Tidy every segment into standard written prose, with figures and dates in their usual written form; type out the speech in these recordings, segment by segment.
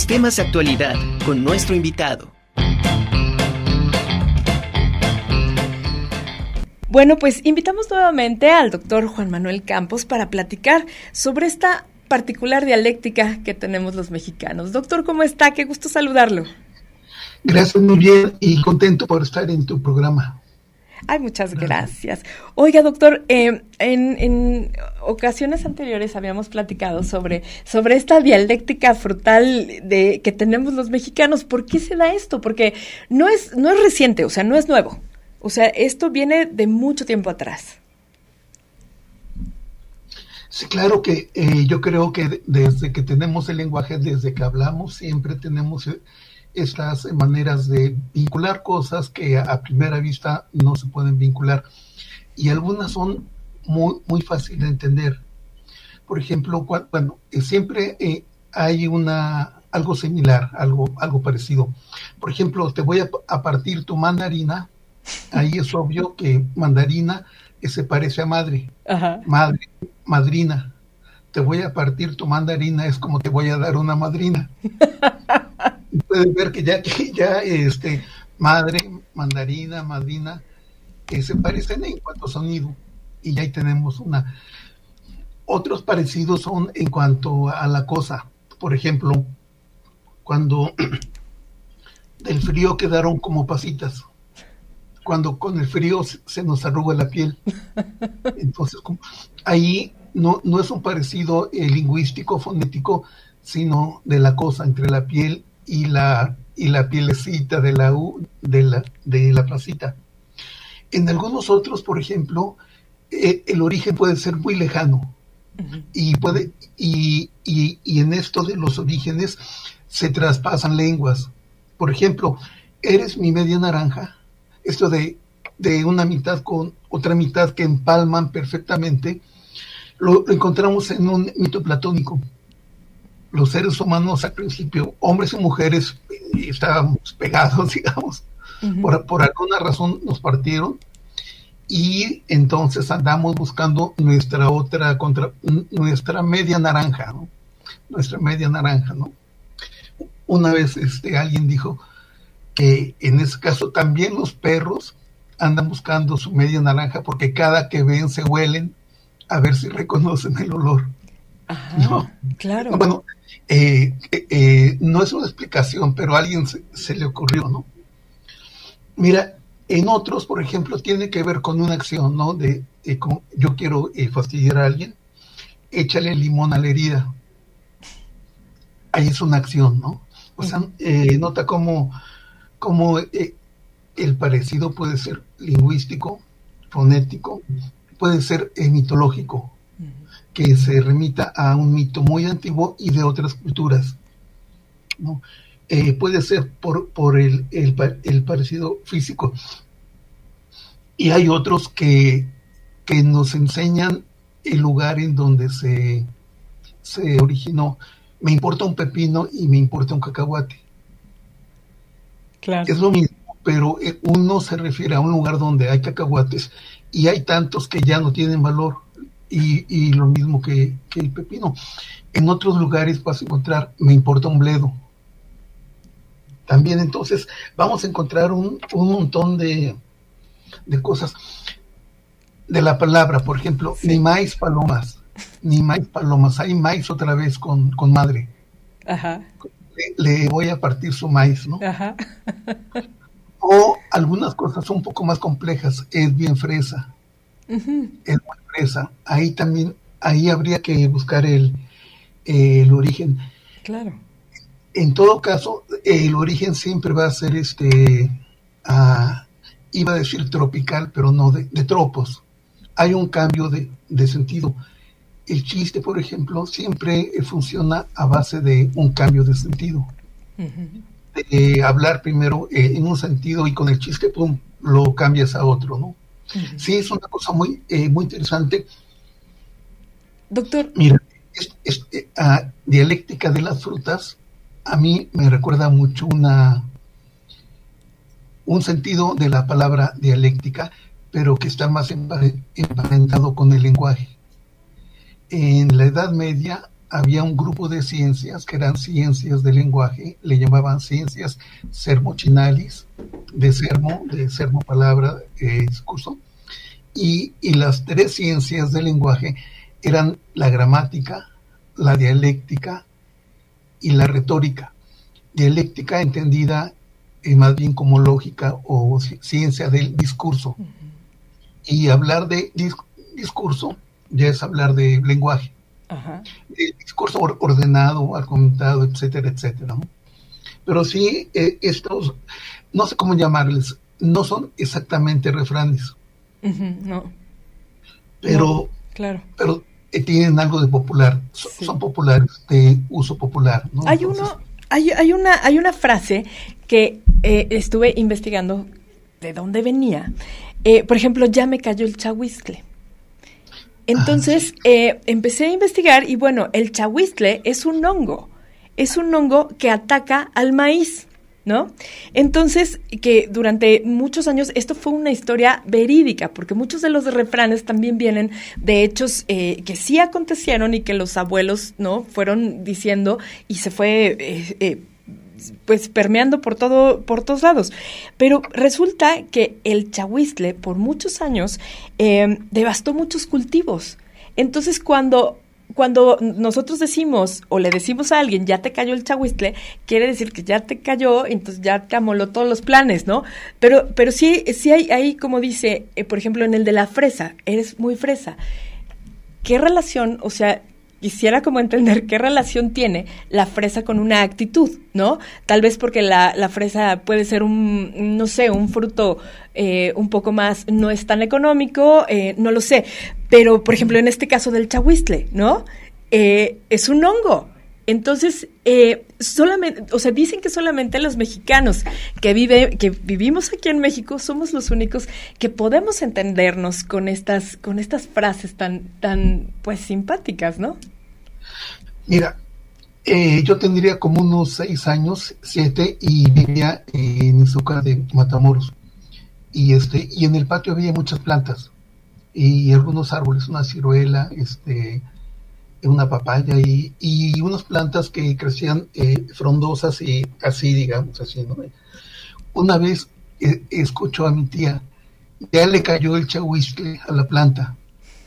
los temas de actualidad con nuestro invitado. Bueno, pues invitamos nuevamente al doctor Juan Manuel Campos para platicar sobre esta particular dialéctica que tenemos los mexicanos. Doctor, ¿cómo está? Qué gusto saludarlo. Gracias, muy bien, y contento por estar en tu programa. Ay, muchas gracias. Oiga, doctor, en ocasiones anteriores habíamos platicado sobre esta dialéctica frutal que tenemos los mexicanos. ¿Por qué se da esto? Porque no es reciente, o sea, no es nuevo. O sea, esto viene de mucho tiempo atrás. Sí, claro que yo creo que desde que tenemos el lenguaje, desde que hablamos, siempre tenemos estas maneras de vincular cosas que a primera vista no se pueden vincular. Y algunas son muy, muy fáciles de entender. Por ejemplo, siempre hay algo similar, algo parecido. Por ejemplo, te voy a partir tu mandarina. Ahí es obvio que mandarina se parece a madre. Ajá. Madrina. Te voy a partir tu mandarina, es como te voy a dar una madrina. Puedes ver que ya madre, mandarina, madrina, se parecen en cuanto a sonido. Y ya ahí tenemos una. Otros parecidos son en cuanto a la cosa. Por ejemplo, cuando del frío quedaron como pasitas. Cuando con el frío se nos arruga la piel. Entonces, ahí no es un parecido lingüístico, fonético, sino de la cosa entre la piel y la pielecita de la pasita. En algunos otros, por ejemplo, el origen puede ser muy lejano. Uh-huh. Y en esto de los orígenes se traspasan lenguas. Por ejemplo, eres mi media naranja. Esto de una mitad con otra mitad que empalman perfectamente, lo encontramos en un mito platónico. Los seres humanos al principio, hombres y mujeres, estábamos pegados, digamos. Uh-huh. Por alguna razón nos partieron y entonces andamos buscando nuestra media naranja, ¿no? Nuestra media naranja, ¿no? Una vez alguien dijo que en ese caso también los perros andan buscando su media naranja porque cada que ven se huelen a ver si reconocen el olor. Ajá, ¿no? Claro. Bueno, no es una explicación, pero a alguien se le ocurrió, ¿no? Mira, en otros, por ejemplo, tiene que ver con una acción, ¿no? Yo quiero fastidiar a alguien, échale limón a la herida. Ahí es una acción, ¿no? O sea, nota cómo el parecido puede ser lingüístico, fonético, puede ser mitológico, que se remita a un mito muy antiguo y de otras culturas, ¿no? Puede ser por el parecido físico. Y hay otros que nos enseñan el lugar en donde se originó. Me importa un pepino y me importa un cacahuate. Claro. Es lo mismo, pero uno se refiere a un lugar donde hay cacahuates y hay tantos que ya no tienen valor y lo mismo que el pepino. En otros lugares vas a encontrar me importa un bledo. También entonces vamos a encontrar un montón de cosas de la palabra. Por ejemplo, sí. Ni maíz palomas, hay maíz otra vez con madre. Ajá. Le voy a partir su maíz, ¿no? Ajá. O algunas cosas un poco más complejas, es bien fresa. Uh-huh. Es muy fresa. Ahí habría que buscar el origen. Claro. En todo caso, el origen siempre va a ser iba a decir tropical, pero no de tropos. Hay un cambio de sentido. El chiste, por ejemplo, siempre funciona a base de un cambio de sentido. Uh-huh. Hablar primero en un sentido y con el chiste, pum, lo cambias a otro, ¿no? Uh-huh. Sí, es una cosa muy interesante. Doctor. Mira, dialéctica de las frutas, a mí me recuerda mucho un sentido de la palabra dialéctica, pero que está más emparentado con el lenguaje. En la Edad Media había un grupo de ciencias que eran ciencias del lenguaje, le llamaban ciencias sermochinalis, de sermo palabra, discurso, y las 3 ciencias del lenguaje eran la gramática, la dialéctica y la retórica. Dialéctica entendida más bien como lógica o ciencia del discurso. Y hablar de discurso ya es hablar de lenguaje. Ajá. De discurso ordenado, argumentado, etcétera, etcétera, ¿no? Pero sí, estos, no sé cómo llamarles, no son exactamente refranes. No. Pero, no, claro. Pero tienen algo de popular, son populares, de uso popular, ¿no? Hay una frase que estuve investigando de dónde venía. Por ejemplo, ya me cayó el chahuizcle. Entonces, empecé a investigar y bueno, el chahuizcle es un hongo que ataca al maíz, ¿no? Entonces, que durante muchos años esto fue una historia verídica, porque muchos de los refranes también vienen de hechos que sí acontecieron y que los abuelos, ¿no?, fueron diciendo y se fue pues permeando por todos lados. Pero resulta que el chahuizcle por muchos años devastó muchos cultivos. Entonces, cuando nosotros decimos o le decimos a alguien, ya te cayó el chahuizcle, quiere decir que ya te cayó, entonces ya te amoló todos los planes, ¿no? Pero sí hay, como dice, por ejemplo, en el de la fresa, eres muy fresa. ¿Qué relación, o sea, quisiera como entender qué relación tiene la fresa con una actitud, ¿no? Tal vez porque la fresa puede ser un fruto un poco más, no es tan económico, no lo sé. Pero, por ejemplo, en este caso del chahuizcle, ¿no? Es un hongo. Entonces, solamente, o sea, dicen que solamente los mexicanos que vivimos aquí en México somos los únicos que podemos entendernos con estas frases tan pues simpáticas, ¿no? Mira, yo tendría como unos 6 años, 7, y vivía en Izúcar de Matamoros. Y en el patio había muchas plantas y algunos árboles, una ciruela, una papaya y unas plantas que crecían frondosas y así, digamos, así, ¿no? Una vez escucho a mi tía, ya le cayó el chahuizcle a la planta.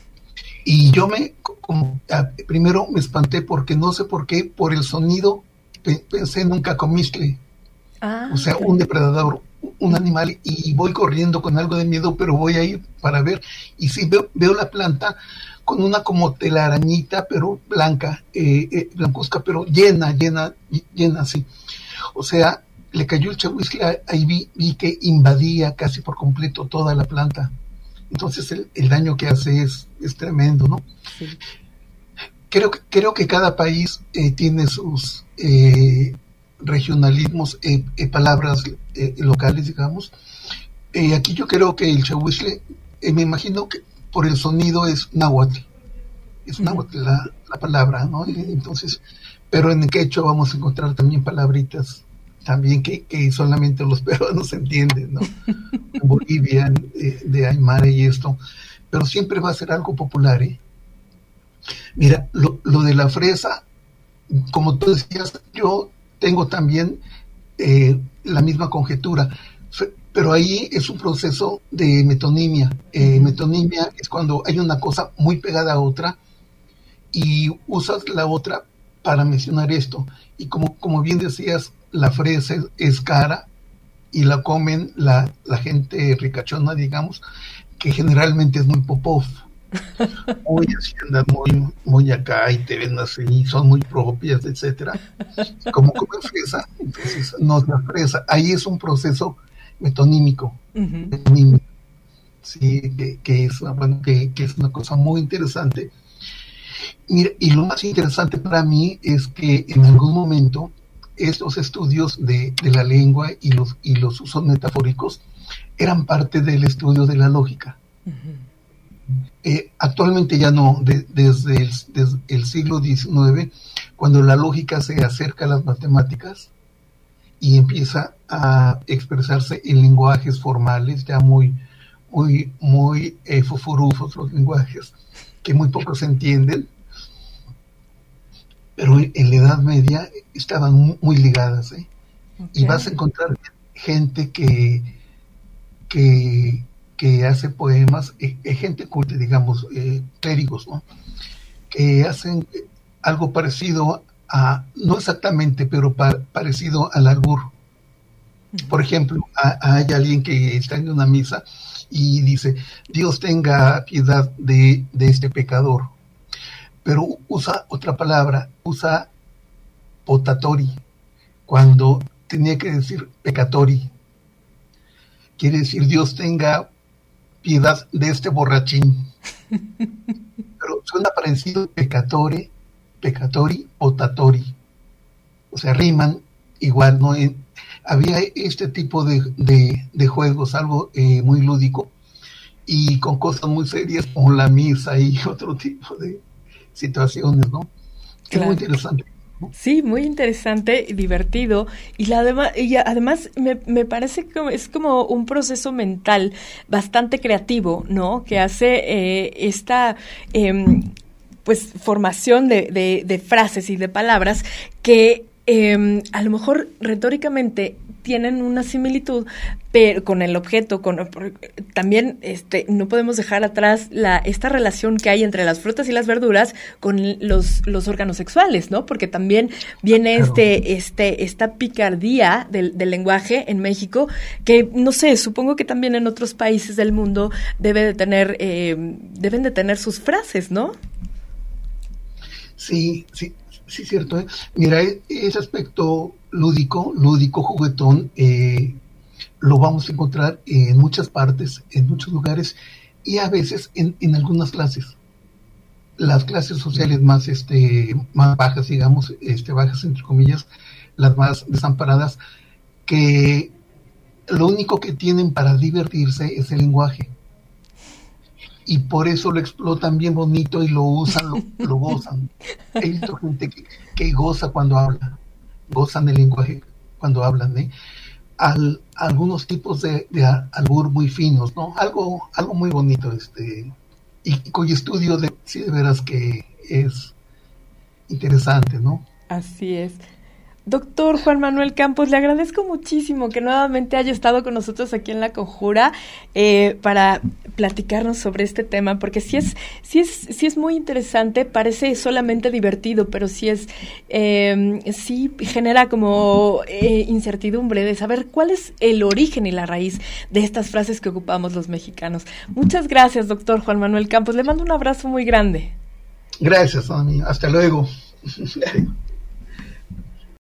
Y yo primero me espanté porque no sé por qué, por el sonido, pensé en un cacomiscle. O sea, un depredador, un animal, y voy corriendo con algo de miedo, pero voy a ir para ver. Y sí, veo la planta con una como telarañita, pero blanca, blancuzca, pero llena, así. O sea, le cayó el chahuizcle, ahí vi que invadía casi por completo toda la planta. Entonces el daño que hace es tremendo, ¿no? Sí. Creo que cada país tiene sus regionalismos, palabras locales, digamos. Aquí yo creo que el chahuizcle, me imagino que por el sonido es náhuatl. Es náhuatl la palabra, ¿no? Entonces, pero en el quechua vamos a encontrar también palabritas también que solamente los peruanos entienden, ¿no? En Bolivia, de Aymara y esto, pero siempre va a ser algo popular, ¿eh? Mira, lo de la fresa, como tú decías, yo tengo también la misma conjetura, pero ahí es un proceso de metonimia. Metonimia es cuando hay una cosa muy pegada a otra y usas la otra para mencionar esto. Y como bien decías, la fresa es cara y la comen la gente ricachona, digamos, que generalmente es muy popov. Muy así, andan muy acá y te ven así, son muy propias, etcétera. Como comen fresa, entonces no es la fresa. Ahí es un proceso metonímico. Sí, que es una cosa muy interesante. Mira, y lo más interesante para mí es que en algún momento estos estudios de la lengua y los usos metafóricos eran parte del estudio de la lógica. Actualmente ya no, desde el siglo XIX, cuando la lógica se acerca a las matemáticas y empieza a expresarse en lenguajes formales, ya muy fufurufos los lenguajes, que muy pocos entienden. pero en la Edad Media estaban muy ligadas, ¿eh? Okay. Y vas a encontrar gente que hace poemas, gente culta, digamos, clérigos, ¿no? Que hacen algo parecido a, no exactamente, pero parecido al albur. Por ejemplo, hay alguien que está en una misa y dice, Dios tenga piedad de este pecador, pero usa otra palabra, usa potatori, cuando tenía que decir pecatori. Quiere decir, Dios tenga piedad de este borrachín. Pero suena parecido pecatore, pecatori, potatori. O sea, riman igual, ¿no? Había este tipo de juegos, algo muy lúdico, y con cosas muy serias como la misa y otro tipo de situaciones, ¿no? Claro. Es muy interesante. Sí, muy interesante y divertido. Y además me parece que es como un proceso mental bastante creativo, ¿no? Que hace esta pues formación de frases y de palabras que a lo mejor retóricamente tienen una similitud, pero con el objeto, también no podemos dejar atrás esta relación que hay entre las frutas y las verduras con los órganos sexuales, ¿no? Porque también viene Claro. esta picardía del lenguaje en México, que no sé, supongo que también en otros países del mundo deben de tener sus frases, ¿no? Sí, cierto. Mira, ese aspecto lúdico, juguetón, lo vamos a encontrar en muchas partes, en muchos lugares, y a veces en algunas clases. Las clases sociales más bajas, digamos, bajas entre comillas, las más desamparadas, que lo único que tienen para divertirse es el lenguaje. Y por eso lo explotan bien bonito y lo usan, lo gozan. He visto gente que goza cuando habla, gozan el lenguaje cuando hablan, ¿eh? Algunos tipos de albur muy finos, ¿no? Algo muy bonito, y cuyo estudio sí de veras que es interesante, ¿no? Así es. Doctor Juan Manuel Campos, le agradezco muchísimo que nuevamente haya estado con nosotros aquí en La Conjura para platicarnos sobre este tema, porque sí es muy interesante, parece solamente divertido, pero sí genera como incertidumbre de saber cuál es el origen y la raíz de estas frases que ocupamos los mexicanos. Muchas gracias, doctor Juan Manuel Campos. Le mando un abrazo muy grande. Gracias, Ani. Hasta luego.